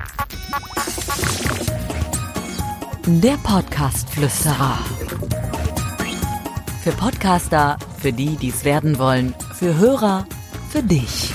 Der Podcast-Flüsterer. Für Podcaster, für die, die es werden wollen, für Hörer, für dich.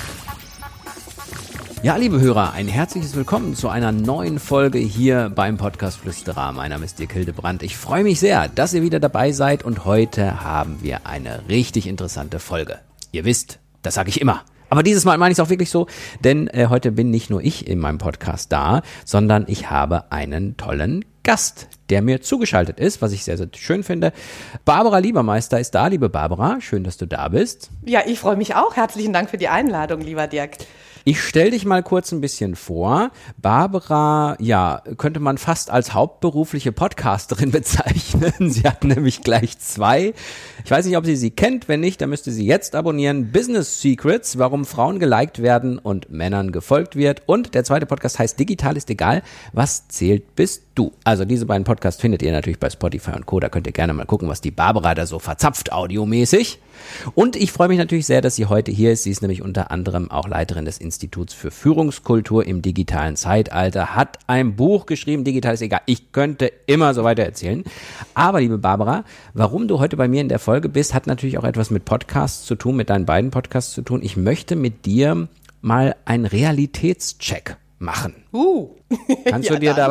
Ja, liebe Hörer, ein herzliches Willkommen zu einer neuen Folge hier beim Podcast-Flüsterer. Mein Name ist Dirk Hildebrandt. Ich freue mich sehr, dass ihr wieder dabei seid und heute haben wir eine richtig interessante Folge. Ihr wisst, das sage ich immer. Aber dieses Mal meine ich es auch wirklich so, denn heute bin nicht nur ich in meinem Podcast da, sondern ich habe einen tollen Gast, der mir zugeschaltet ist, was ich sehr, sehr schön finde. Barbara Liebermeister ist da. Liebe Barbara, schön, dass du da bist. Ja, ich freue mich auch. Herzlichen Dank für die Einladung, lieber Dirk. Ich stelle dich mal kurz ein bisschen vor. Barbara, ja, könnte man fast als hauptberufliche Podcasterin bezeichnen. Sie hat nämlich gleich 2. Ich weiß nicht, ob sie kennt. Wenn nicht, dann müsste sie jetzt abonnieren. Business Secrets, warum Frauen geliked werden und Männern gefolgt wird. Und der zweite Podcast heißt Digital ist egal. Was zählt, bist du. Also diese beiden Podcasts findet ihr natürlich bei Spotify und Co. Da könnt ihr gerne mal gucken, was die Barbara da so verzapft audiomäßig. Und ich freue mich natürlich sehr, dass sie heute hier ist. Sie ist nämlich unter anderem auch Leiterin des Instituts für Führungskultur im digitalen Zeitalter, hat ein Buch geschrieben, Digital ist egal. Ich könnte immer so weiter erzählen. Aber liebe Barbara, warum du heute bei mir in der Folge bist, hat natürlich auch etwas mit Podcasts zu tun, mit deinen beiden Podcasts zu tun. Ich möchte mit dir mal einen Realitätscheck machen. Kannst du dir da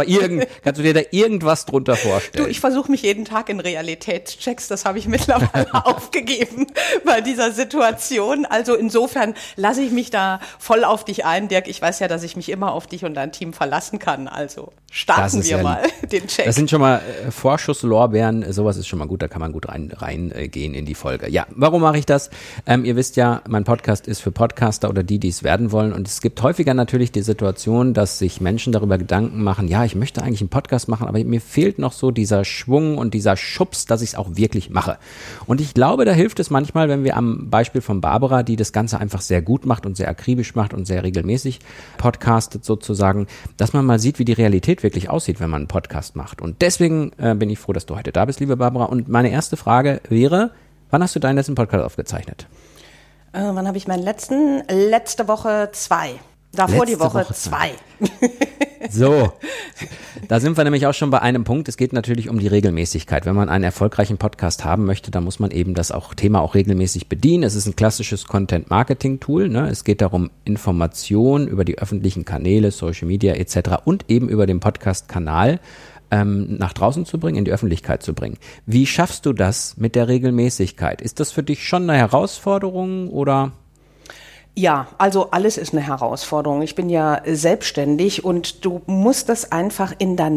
irgendwas drunter vorstellen? Du, ich versuche mich jeden Tag in Realitätschecks, das habe ich mittlerweile aufgegeben bei dieser Situation. Also insofern lasse ich mich da voll auf dich ein, Dirk. Ich weiß ja, dass ich mich immer auf dich und dein Team verlassen kann. Also starten wir mal den Check. Das sind schon mal Vorschusslorbeeren, sowas ist schon mal gut, da kann man gut reingehen in die Folge. Ja, warum mache ich das? Ihr wisst ja, mein Podcast ist für Podcaster oder die es werden wollen und es gibt häufiger natürlich die Situation, dass sich Menschen darüber Gedanken machen, ja, ich möchte eigentlich einen Podcast machen, aber mir fehlt noch so dieser Schwung und dieser Schubs, dass ich es auch wirklich mache. Und ich glaube, da hilft es manchmal, wenn wir am Beispiel von Barbara, die das Ganze einfach sehr gut macht und sehr akribisch macht und sehr regelmäßig podcastet sozusagen, dass man mal sieht, wie die Realität wirklich aussieht, wenn man einen Podcast macht. Und deswegen bin ich froh, dass du heute da bist, liebe Barbara. Und meine erste Frage wäre, wann hast du deinen letzten Podcast aufgezeichnet? Wann habe ich meinen letzten? Letzte Woche 2. Davor die Woche 2. So, da sind wir nämlich auch schon bei einem Punkt. Es geht natürlich um die Regelmäßigkeit. Wenn man einen erfolgreichen Podcast haben möchte, dann muss man eben das Thema auch regelmäßig bedienen. Es ist ein klassisches Content-Marketing-Tool. Ne? Es geht darum, Informationen über die öffentlichen Kanäle, Social Media etc. und eben über den Podcast-Kanal nach draußen zu bringen, in die Öffentlichkeit zu bringen. Wie schaffst du das mit der Regelmäßigkeit? Ist das für dich schon eine Herausforderung oder? Ja, also alles ist eine Herausforderung. Ich bin ja selbstständig und du musst das einfach in deinen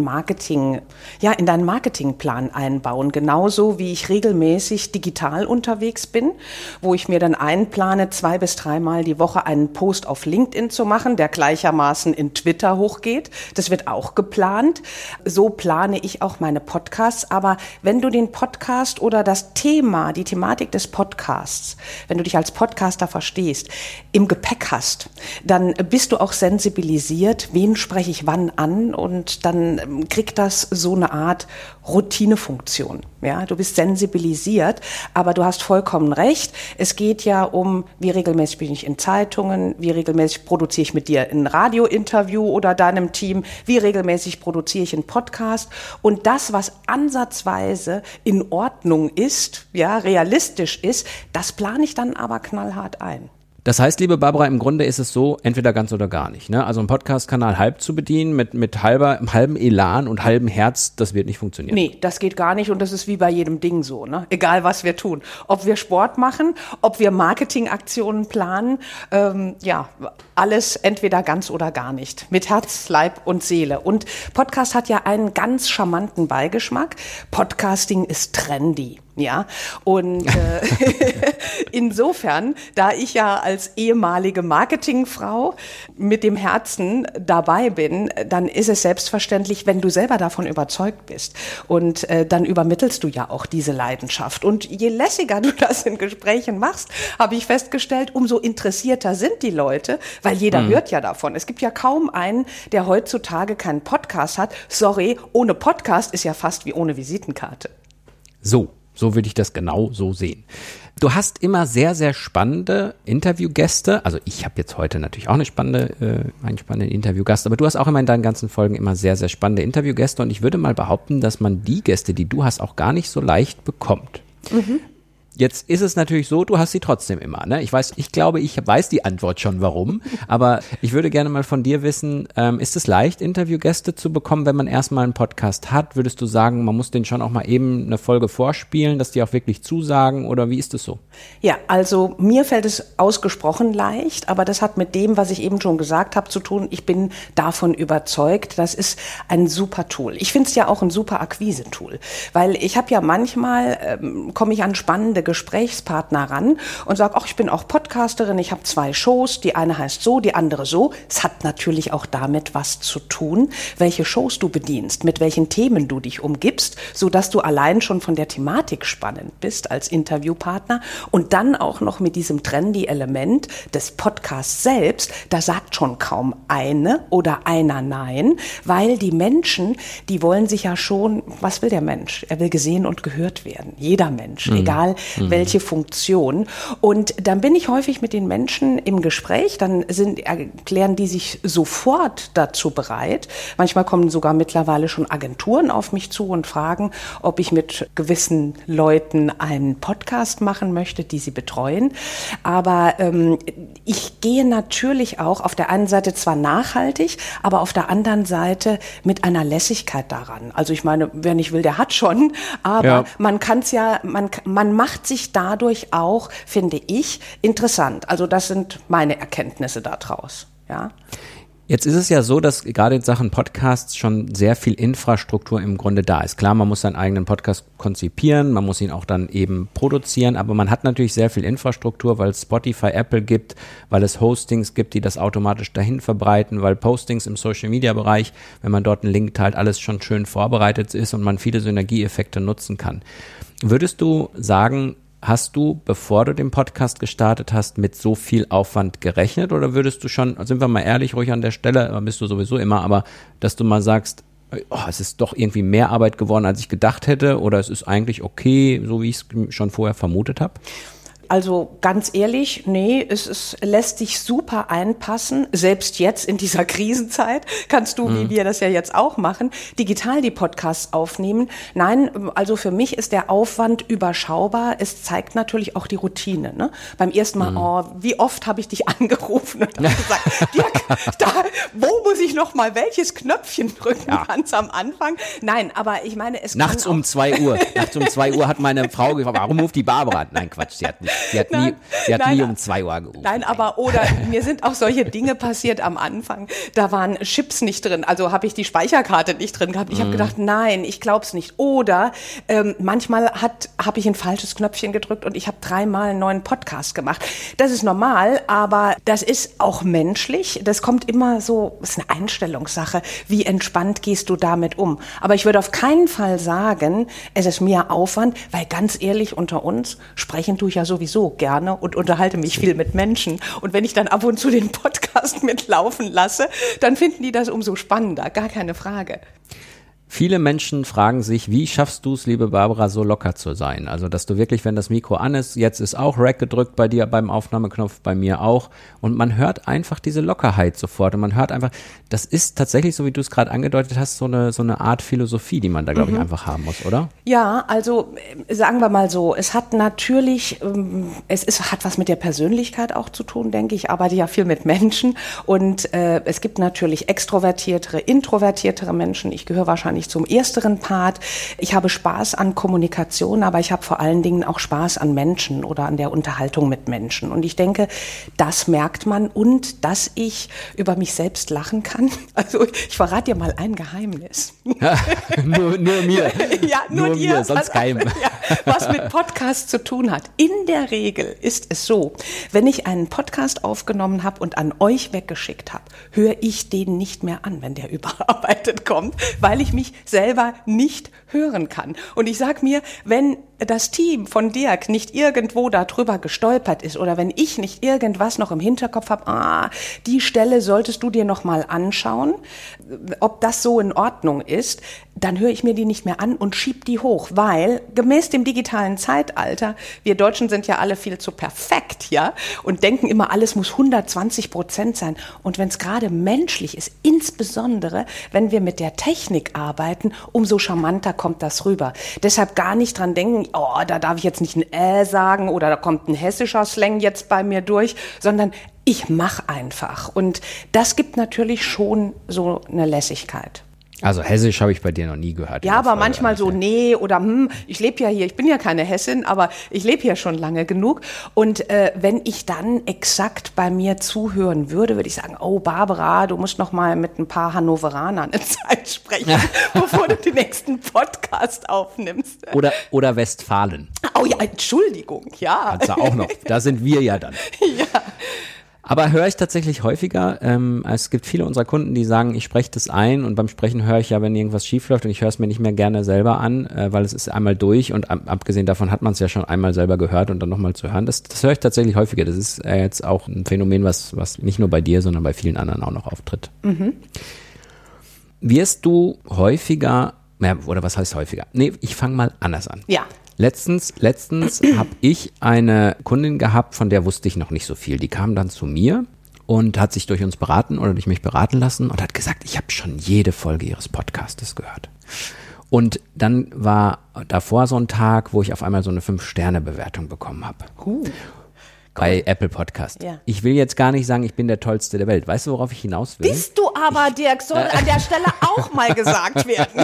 Marketingplan einbauen. Genauso wie ich regelmäßig digital unterwegs bin, wo ich mir dann einplane, 2 bis 3 Mal die Woche einen Post auf LinkedIn zu machen, der gleichermaßen in Twitter hochgeht. Das wird auch geplant. So plane ich auch meine Podcasts. Aber wenn du den Podcast oder die Thematik des Podcasts, wenn du dich als Podcaster verstehst, im Gepäck hast, dann bist du auch sensibilisiert, wen spreche ich wann an und dann kriegt das so eine Art Routinefunktion. Ja, du bist sensibilisiert, aber du hast vollkommen recht. Es geht ja um, wie regelmäßig bin ich in Zeitungen, wie regelmäßig produziere ich mit dir ein Radiointerview oder deinem Team, wie regelmäßig produziere ich einen Podcast und das, was ansatzweise in Ordnung ist, ja, realistisch ist, das plane ich dann aber knallhart ein. Das heißt, liebe Barbara, im Grunde ist es so, entweder ganz oder gar nicht. Ne? Also einen Podcast-Kanal halb zu bedienen mit halbem Elan und halbem Herz, das wird nicht funktionieren. Nee, das geht gar nicht und das ist wie bei jedem Ding so. Ne? Egal, was wir tun. Ob wir Sport machen, ob wir Marketingaktionen planen, alles entweder ganz oder gar nicht. Mit Herz, Leib und Seele. Und Podcast hat ja einen ganz charmanten Beigeschmack. Podcasting ist trendy. Ja, und insofern, da ich ja als ehemalige Marketingfrau mit dem Herzen dabei bin, dann ist es selbstverständlich, wenn du selber davon überzeugt bist. Und dann übermittelst du ja auch diese Leidenschaft. Und je lässiger du das in Gesprächen machst, habe ich festgestellt, umso interessierter sind die Leute, weil jeder hört ja davon. Es gibt ja kaum einen, der heutzutage keinen Podcast hat. Sorry, ohne Podcast ist ja fast wie ohne Visitenkarte. So. So würde ich das genau so sehen. Du hast immer sehr, sehr spannende Interviewgäste. Also ich habe jetzt heute natürlich auch einen spannenden Interviewgast, aber du hast auch immer in deinen ganzen Folgen immer sehr, sehr spannende Interviewgäste und ich würde mal behaupten, dass man die Gäste, die du hast, auch gar nicht so leicht bekommt. Mhm. Jetzt ist es natürlich so, du hast sie trotzdem immer, ne? Ich glaube, ich weiß die Antwort schon, warum. Aber ich würde gerne mal von dir wissen, ist es leicht, Interviewgäste zu bekommen, wenn man erstmal einen Podcast hat? Würdest du sagen, man muss denen schon auch mal eben eine Folge vorspielen, dass die auch wirklich zusagen? Oder wie ist es so? Ja, also mir fällt es ausgesprochen leicht, aber das hat mit dem, was ich eben schon gesagt habe, zu tun. Ich bin davon überzeugt, das ist ein super Tool. Ich finde es ja auch ein super Akquise-Tool, weil ich habe ja manchmal, komme ich an spannende Gesprächspartner ran und sage, ach, ich bin auch Podcasterin, ich habe 2 Shows, die eine heißt so, die andere so. Es hat natürlich auch damit was zu tun, welche Shows du bedienst, mit welchen Themen du dich umgibst, sodass du allein schon von der Thematik spannend bist als Interviewpartner und dann auch noch mit diesem trendy Element des Podcasts selbst, da sagt schon kaum eine oder einer nein, weil die Menschen, die wollen sich ja schon, was will der Mensch? Er will gesehen und gehört werden, jeder Mensch, egal welche Funktion. Und dann bin ich häufig mit den Menschen im Gespräch, dann erklären die sich sofort dazu bereit. Manchmal kommen sogar mittlerweile schon Agenturen auf mich zu und fragen, ob ich mit gewissen Leuten einen Podcast machen möchte, die sie betreuen. Aber ich gehe natürlich auch auf der einen Seite zwar nachhaltig, aber auf der anderen Seite mit einer Lässigkeit daran. Also ich meine, wer nicht will, der hat schon. Aber man kann es ja, man macht sich dadurch auch, finde ich, interessant. Also das sind meine Erkenntnisse daraus. Ja. Jetzt ist es ja so, dass gerade in Sachen Podcasts schon sehr viel Infrastruktur im Grunde da ist. Klar, man muss seinen eigenen Podcast konzipieren, man muss ihn auch dann eben produzieren, aber man hat natürlich sehr viel Infrastruktur, weil es Spotify, Apple gibt, weil es Hostings gibt, die das automatisch dahin verbreiten, weil Postings im Social-Media-Bereich, wenn man dort einen Link teilt, alles schon schön vorbereitet ist und man viele Synergieeffekte nutzen kann. Würdest du sagen, hast du, bevor du den Podcast gestartet hast, mit so viel Aufwand gerechnet oder würdest du schon, sind wir mal ehrlich, ruhig an der Stelle, bist du sowieso immer, aber dass du mal sagst, es ist doch irgendwie mehr Arbeit geworden, als ich gedacht hätte oder es ist eigentlich okay, so wie ich es schon vorher vermutet habe? Also ganz ehrlich, nee, es lässt sich super einpassen. Selbst jetzt in dieser Krisenzeit kannst du, wie wir das ja jetzt auch machen, digital die Podcasts aufnehmen. Nein, also für mich ist der Aufwand überschaubar. Es zeigt natürlich auch die Routine. Ne? Beim ersten Mal, wie oft habe ich dich angerufen und habe gesagt, Dirk, wo muss ich noch mal welches Knöpfchen drücken ganz am Anfang? Nein, aber ich meine, es Nachts kann um 2 Uhr. Nachts um 2 Uhr hat meine Frau gefragt, warum ruft die Barbara? Nein, Quatsch, sie hat nie um 2 Uhr gerufen. Nein, aber oder mir sind auch solche Dinge passiert am Anfang. Da waren Chips nicht drin, also habe ich die Speicherkarte nicht drin gehabt. Ich habe gedacht, nein, ich glaub's nicht. Oder manchmal habe ich ein falsches Knöpfchen gedrückt und ich habe 3-mal einen neuen Podcast gemacht. Das ist normal, aber das ist auch menschlich. Das kommt immer so, das ist eine Einstellungssache. Wie entspannt gehst du damit um? Aber ich würde auf keinen Fall sagen, es ist mehr Aufwand, weil ganz ehrlich unter uns sprechen tue ich ja sowieso gerne und unterhalte mich viel mit Menschen. Und wenn ich dann ab und zu den Podcast mitlaufen lasse, dann finden die das umso spannender, gar keine Frage. Viele Menschen fragen sich, wie schaffst du es, liebe Barbara, so locker zu sein? Also, dass du wirklich, wenn das Mikro an ist, jetzt ist auch Rec gedrückt bei dir beim Aufnahmeknopf, bei mir auch. Und man hört einfach diese Lockerheit sofort. Und man hört einfach, das ist tatsächlich, so wie du es gerade angedeutet hast, so eine Art Philosophie, die man da, glaube ich, einfach haben muss, oder? Ja, also sagen wir mal so, es hat natürlich, hat was mit der Persönlichkeit auch zu tun, denke ich. Ich arbeite ja viel mit Menschen und es gibt natürlich extrovertiertere, introvertiertere Menschen. Ich gehöre wahrscheinlich zum ersteren Part. Ich habe Spaß an Kommunikation, aber ich habe vor allen Dingen auch Spaß an Menschen oder an der Unterhaltung mit Menschen. Und ich denke, das merkt man und dass ich über mich selbst lachen kann. Also ich verrate dir mal ein Geheimnis. Ja, nur mir. Ja, nur dir. Mir, sonst keinem. Ja, was mit Podcast zu tun hat. In der Regel ist es so, wenn ich einen Podcast aufgenommen habe und an euch weggeschickt habe, höre ich den nicht mehr an, wenn der überarbeitet kommt, weil ich mich selber nicht hören kann. Und ich sage mir, wenn das Team von Dirk nicht irgendwo darüber gestolpert ist oder wenn ich nicht irgendwas noch im Hinterkopf habe, die Stelle solltest du dir noch mal anschauen, ob das so in Ordnung ist, dann höre ich mir die nicht mehr an und schieb die hoch, weil gemäß dem digitalen Zeitalter, wir Deutschen sind ja alle viel zu perfekt, ja, und denken immer, alles muss 120% sein. Und wenn es gerade menschlich ist, insbesondere wenn wir mit der Technik arbeiten, umso charmanter kommt das rüber. Deshalb gar nicht dran denken, da darf ich jetzt nicht ein sagen oder da kommt ein hessischer Slang jetzt bei mir durch, sondern ich mache einfach. Und das gibt natürlich schon so eine Lässigkeit. Also Hessisch habe ich bei dir noch nie gehört. Ja, aber manchmal so, nee, oder ich lebe ja hier, ich bin ja keine Hessin, aber ich lebe hier schon lange genug. Und wenn ich dann exakt bei mir zuhören würde, würde ich sagen, Barbara, du musst noch mal mit ein paar Hannoveranern eine Zeit sprechen, bevor du den nächsten Podcast aufnimmst. Oder Westfalen. Oh ja, Entschuldigung, ja. Also auch noch, da sind wir ja dann. Ja. Aber höre ich tatsächlich häufiger. Es gibt viele unserer Kunden, die sagen, ich spreche das ein und beim Sprechen höre ich ja, wenn irgendwas schief läuft und ich höre es mir nicht mehr gerne selber an, weil es ist einmal durch und abgesehen davon hat man es ja schon einmal selber gehört und dann nochmal zu hören. Das höre ich tatsächlich häufiger. Das ist jetzt auch ein Phänomen, was nicht nur bei dir, sondern bei vielen anderen auch noch auftritt. Mhm. Wirst du häufiger, oder was heißt häufiger? Nee, ich fange mal anders an. Ja. Letztens habe ich eine Kundin gehabt, von der wusste ich noch nicht so viel. Die kam dann zu mir und hat sich durch uns beraten oder durch mich beraten lassen und hat gesagt, ich habe schon jede Folge ihres Podcastes gehört. Und dann war davor so ein Tag, wo ich auf einmal so eine 5-Sterne-Bewertung bekommen habe. Bei Apple Podcast. Ja. Ich will jetzt gar nicht sagen, ich bin der Tollste der Welt. Weißt du, worauf ich hinaus will? Bist du aber, Dirk, soll an der Stelle auch mal gesagt werden.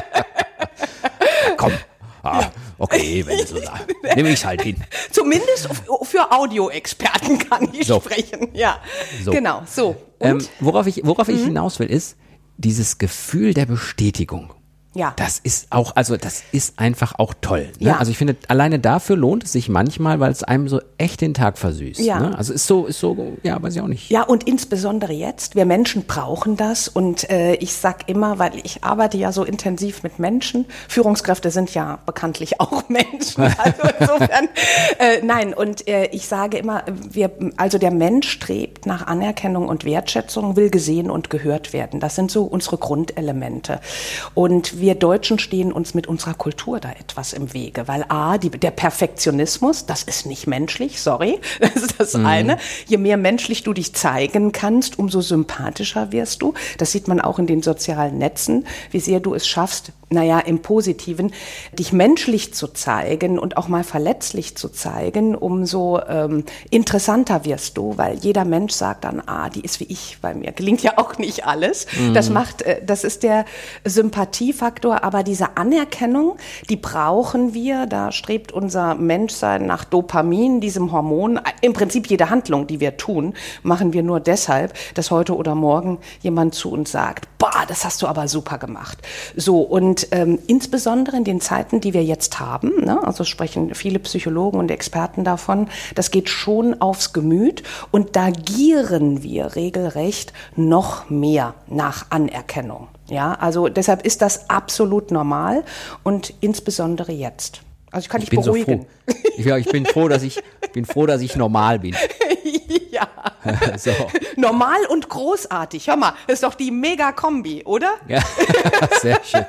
Komm. Okay, wenn du so sagst. Nehme ich halt hin. Zumindest für Audioexperten kann ich sprechen. Ja, so. Genau. So. Und? Worauf ich hinaus will, ist dieses Gefühl der Bestätigung. Ja. Das ist auch, also das ist einfach auch toll. Ne? Ja. Also ich finde, alleine dafür lohnt es sich manchmal, weil es einem so echt den Tag versüßt. Ja. Ne? Also ist so, ja, weiß ich auch nicht. Ja, und insbesondere jetzt, wir Menschen brauchen das und ich sag immer, weil ich arbeite ja so intensiv mit Menschen, Führungskräfte sind ja bekanntlich auch Menschen, also insofern, nein, und ich sage immer, also der Mensch strebt nach Anerkennung und Wertschätzung, will gesehen und gehört werden. Das sind so unsere Grundelemente. Und wir Deutschen stehen uns mit unserer Kultur da etwas im Wege, weil der Perfektionismus, das ist nicht menschlich, sorry, das ist das eine. Je mehr menschlich du dich zeigen kannst, umso sympathischer wirst du. Das sieht man auch in den sozialen Netzen, wie sehr du es schaffst, im Positiven, dich menschlich zu zeigen und auch mal verletzlich zu zeigen, umso interessanter wirst du, weil jeder Mensch sagt dann, die ist wie ich, bei mir gelingt ja auch nicht alles. Das ist der Sympathiefaktor, aber diese Anerkennung, die brauchen wir, da strebt unser Menschsein nach Dopamin, diesem Hormon. Im Prinzip jede Handlung, die wir tun, machen wir nur deshalb, dass heute oder morgen jemand zu uns sagt, das hast du aber super gemacht. So, und insbesondere in den Zeiten, die wir jetzt haben, ne, also sprechen viele Psychologen und Experten davon, das geht schon aufs Gemüt und da gieren wir regelrecht noch mehr nach Anerkennung. Ja, also deshalb ist das absolut normal und insbesondere jetzt. Also ich kann dich beruhigen. So froh. Ich bin froh, dass ich normal bin. Ja. So. Normal und großartig. Hör mal, das ist doch die Mega-Kombi, oder? Ja, sehr schön.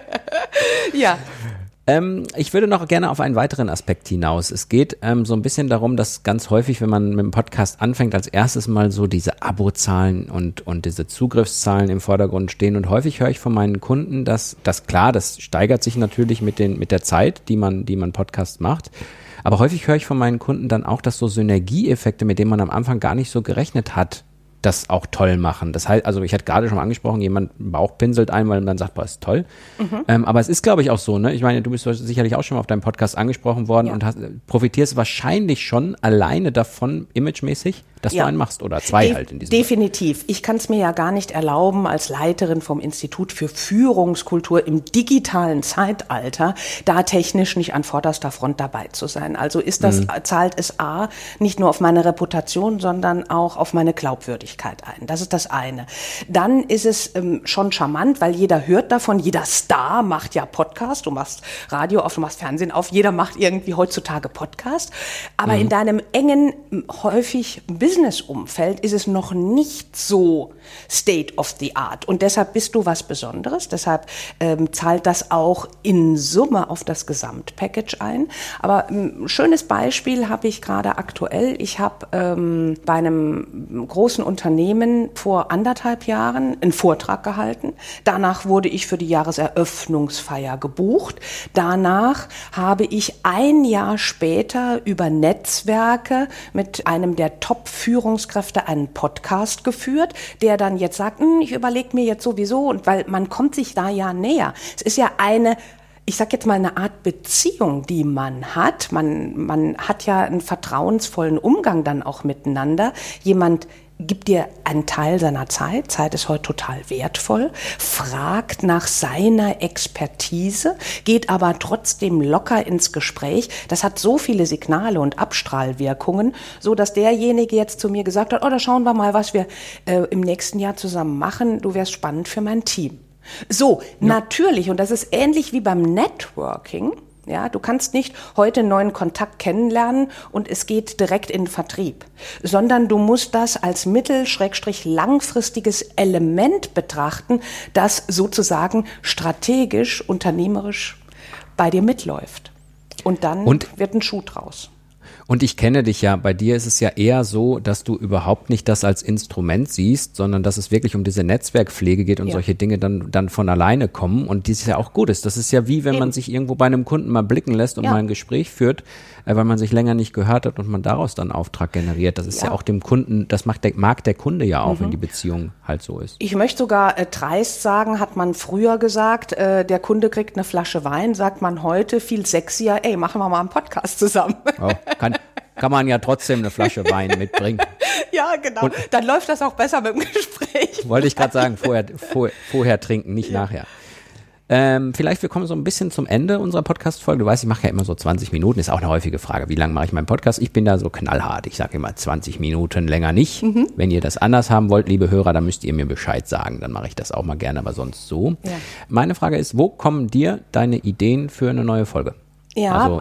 Ja. Ich würde noch gerne auf einen weiteren Aspekt hinaus. Es geht so ein bisschen darum, dass ganz häufig, wenn man mit dem Podcast anfängt, als erstes mal so diese Abozahlen und diese Zugriffszahlen im Vordergrund stehen. Und häufig höre ich von meinen Kunden, dass klar, das steigert sich natürlich mit der Zeit, die man Podcast macht. Aber häufig höre ich von meinen Kunden dann auch, dass so Synergieeffekte, mit denen man am Anfang gar nicht so gerechnet hat, das auch toll machen. Das heißt, also ich hatte gerade schon mal angesprochen, jemand einen Bauch pinselt ein, weil man dann sagt, ist toll. Aber es ist, glaube ich, auch so, ne? Ich meine, du bist sicherlich auch schon mal auf deinem Podcast angesprochen worden und profitierst wahrscheinlich schon alleine davon, imagemäßig, dass du einen machst oder zwei halt in diesem Definitiv. Ich kann es mir ja gar nicht erlauben, als Leiterin vom Institut für Führungskultur im digitalen Zeitalter, da technisch nicht an vorderster Front dabei zu sein. Also zahlt es nicht nur auf meine Reputation, sondern auch auf meine Glaubwürdigkeit. Persönlichkeit ein. Das ist das eine. Dann ist es schon charmant, weil jeder hört davon, jeder Star macht ja Podcast, du machst Radio auf, du machst Fernsehen auf, jeder macht irgendwie heutzutage Podcast. Aber in deinem engen, häufig Business-Umfeld ist es noch nicht so state of the art. Und deshalb bist du was Besonderes. Deshalb zahlt das auch in Summe auf das Gesamtpackage ein. Aber ein schönes Beispiel habe ich gerade aktuell. Ich habe bei einem großen Unternehmen vor 1,5 Jahren einen Vortrag gehalten. Danach wurde ich für die Jahreseröffnungsfeier gebucht. Danach habe ich ein Jahr später über Netzwerke mit einem der Top-Führungskräfte einen Podcast geführt, der dann jetzt sagt, ich überlege mir jetzt sowieso, und weil man kommt sich da ja näher. Es ist ja ich sag jetzt mal eine Art Beziehung, die man hat. Man hat ja einen vertrauensvollen Umgang dann auch miteinander. Jemand gibt dir einen Teil seiner Zeit. Zeit ist heute total wertvoll. Fragt nach seiner Expertise, geht aber trotzdem locker ins Gespräch. Das hat so viele Signale und Abstrahlwirkungen, so dass derjenige jetzt zu mir gesagt hat, da schauen wir mal, was wir im nächsten Jahr zusammen machen. Du wärst spannend für mein Team. So, natürlich, und das ist ähnlich wie beim Networking. Ja, du kannst nicht heute einen neuen Kontakt kennenlernen und es geht direkt in den Vertrieb, sondern du musst das als mittel-langfristiges Element betrachten, das sozusagen strategisch, unternehmerisch bei dir mitläuft. Und dann wird ein Schuh draus. Und ich kenne dich ja, bei dir ist es ja eher so, dass du überhaupt nicht das als Instrument siehst, sondern dass es wirklich um diese Netzwerkpflege geht und solche Dinge dann von alleine kommen und dies ja auch gut ist. Das ist ja wie, wenn man sich irgendwo bei einem Kunden mal blicken lässt und mal ein Gespräch führt, weil man sich länger nicht gehört hat und man daraus dann Auftrag generiert. Das ist ja auch dem Kunden, das mag der Kunde ja auch, wenn die Beziehung halt so ist. Ich möchte sogar dreist sagen, hat man früher gesagt, der Kunde kriegt eine Flasche Wein, sagt man heute viel sexier, machen wir mal einen Podcast zusammen. Oh, kann man ja trotzdem eine Flasche Wein mitbringen. Ja, genau. Und dann läuft das auch besser mit dem Gespräch. Wollte ich gerade sagen, vorher trinken, nicht nachher. Vielleicht wir kommen so ein bisschen zum Ende unserer Podcast-Folge. Du weißt, ich mache ja immer so 20 Minuten, ist auch eine häufige Frage. Wie lange mache ich meinen Podcast? Ich bin da so knallhart. Ich sage immer 20 Minuten, länger nicht. Wenn ihr das anders haben wollt, liebe Hörer, dann müsst ihr mir Bescheid sagen. Dann mache ich das auch mal gerne, aber sonst so. Ja. Meine Frage ist, wo kommen dir deine Ideen für eine neue Folge? Ja,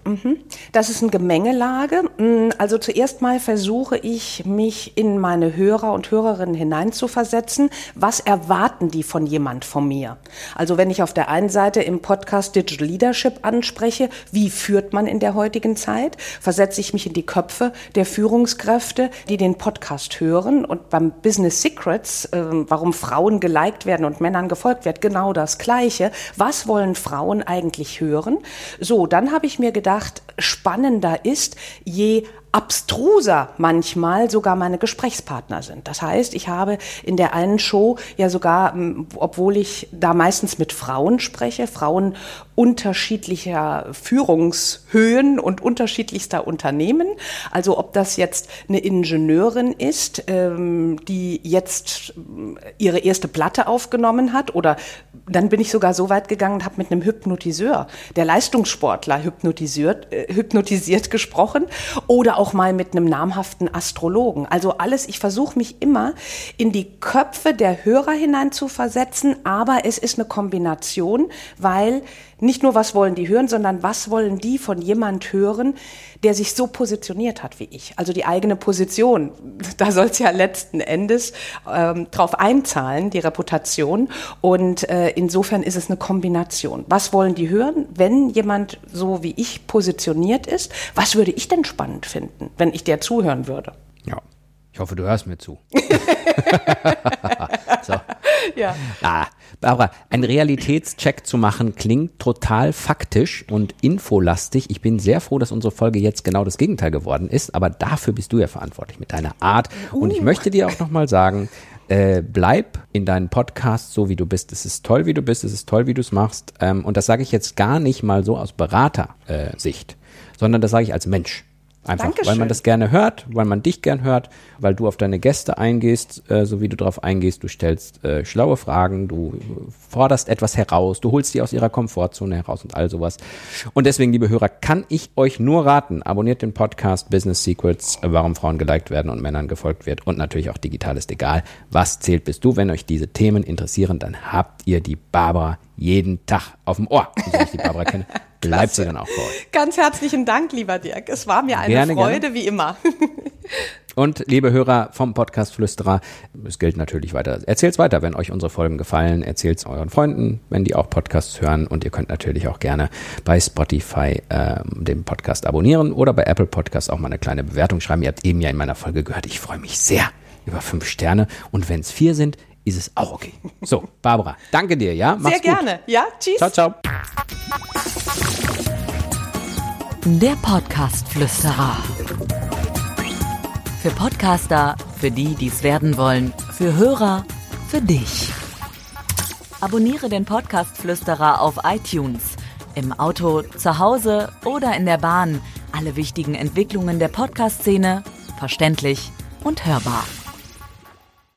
das ist eine Gemengelage. Also zuerst mal versuche ich, mich in meine Hörer und Hörerinnen hineinzuversetzen. Was erwarten die von jemand von mir? Also wenn ich auf der einen Seite im Podcast Digital Leadership anspreche, wie führt man in der heutigen Zeit, versetze ich mich in die Köpfe der Führungskräfte, die den Podcast hören. Und beim Business Secrets, warum Frauen geliked werden und Männern gefolgt wird, genau das Gleiche. Was wollen Frauen eigentlich hören? So, dann habe ich mir gedacht, spannender ist, je abstruser manchmal sogar meine Gesprächspartner sind. Das heißt, ich habe in der einen Show ja sogar, obwohl ich da meistens mit Frauen spreche, Frauen unterschiedlicher Führungshöhen und unterschiedlichster Unternehmen. Also ob das jetzt eine Ingenieurin ist, die jetzt ihre erste Platte aufgenommen hat, oder dann bin ich sogar so weit gegangen und habe mit einem Hypnotiseur, der Leistungssportler hypnotisiert gesprochen, oder auch mal mit einem namhaften Astrologen. Also alles, ich versuche mich immer in die Köpfe der Hörer hinein zu versetzen, aber es ist eine Kombination, weil nicht nur, was wollen die hören, sondern was wollen die von jemand hören, der sich so positioniert hat wie ich. Also die eigene Position, da soll es ja letzten Endes drauf einzahlen, die Reputation. Und insofern ist es eine Kombination. Was wollen die hören, wenn jemand so wie ich positioniert ist? Was würde ich denn spannend finden, wenn ich der zuhören würde? Ja, ich hoffe, du hörst mir zu. So. Ja. Barbara, einen Realitätscheck zu machen klingt total faktisch und infolastig. Ich bin sehr froh, dass unsere Folge jetzt genau das Gegenteil geworden ist, aber dafür bist du ja verantwortlich mit deiner Art. Und ich möchte dir auch nochmal sagen, bleib in deinen Podcast so, wie du bist. Es ist toll, wie du bist, es ist toll, wie du es machst. Und das sage ich jetzt gar nicht mal so aus Beratersicht, sondern das sage ich als Mensch. Einfach, Dankeschön. weil man das gerne hört, weil man dich gern hört, weil du auf deine Gäste eingehst, so wie du darauf eingehst. Du stellst schlaue Fragen, du forderst etwas heraus, du holst die aus ihrer Komfortzone heraus und all sowas. Und deswegen, liebe Hörer, kann ich euch nur raten, abonniert den Podcast Business Secrets, warum Frauen geliked werden und Männern gefolgt wird und natürlich auch digital ist egal. Was zählt bist du? Wenn euch diese Themen interessieren, dann habt ihr die Barbara jeden Tag auf dem Ohr. Und wenn ich die Barbara kenne, bleibt sie dann auch vor euch. Ganz herzlichen Dank, lieber Dirk. Es war mir eine Freude, wie immer. Und liebe Hörer vom Podcast Flüsterer, es gilt natürlich weiter. Erzählt's weiter, wenn euch unsere Folgen gefallen. Erzählt's euren Freunden, wenn die auch Podcasts hören. Und ihr könnt natürlich auch gerne bei Spotify den Podcast abonnieren oder bei Apple Podcasts auch mal eine kleine Bewertung schreiben. Ihr habt eben ja in meiner Folge gehört, ich freue mich sehr über 5 Sterne. Und wenn es 4 sind, ist es auch okay. So, Barbara, danke dir, ja? Mach's sehr gerne. Gut. Ja, tschüss. Ciao, ciao. Der Podcast-Flüsterer. Für Podcaster, für die, die es werden wollen, für Hörer, für dich. Abonniere den Podcast-Flüsterer auf iTunes, im Auto, zu Hause oder in der Bahn. Alle wichtigen Entwicklungen der Podcast-Szene, verständlich und hörbar.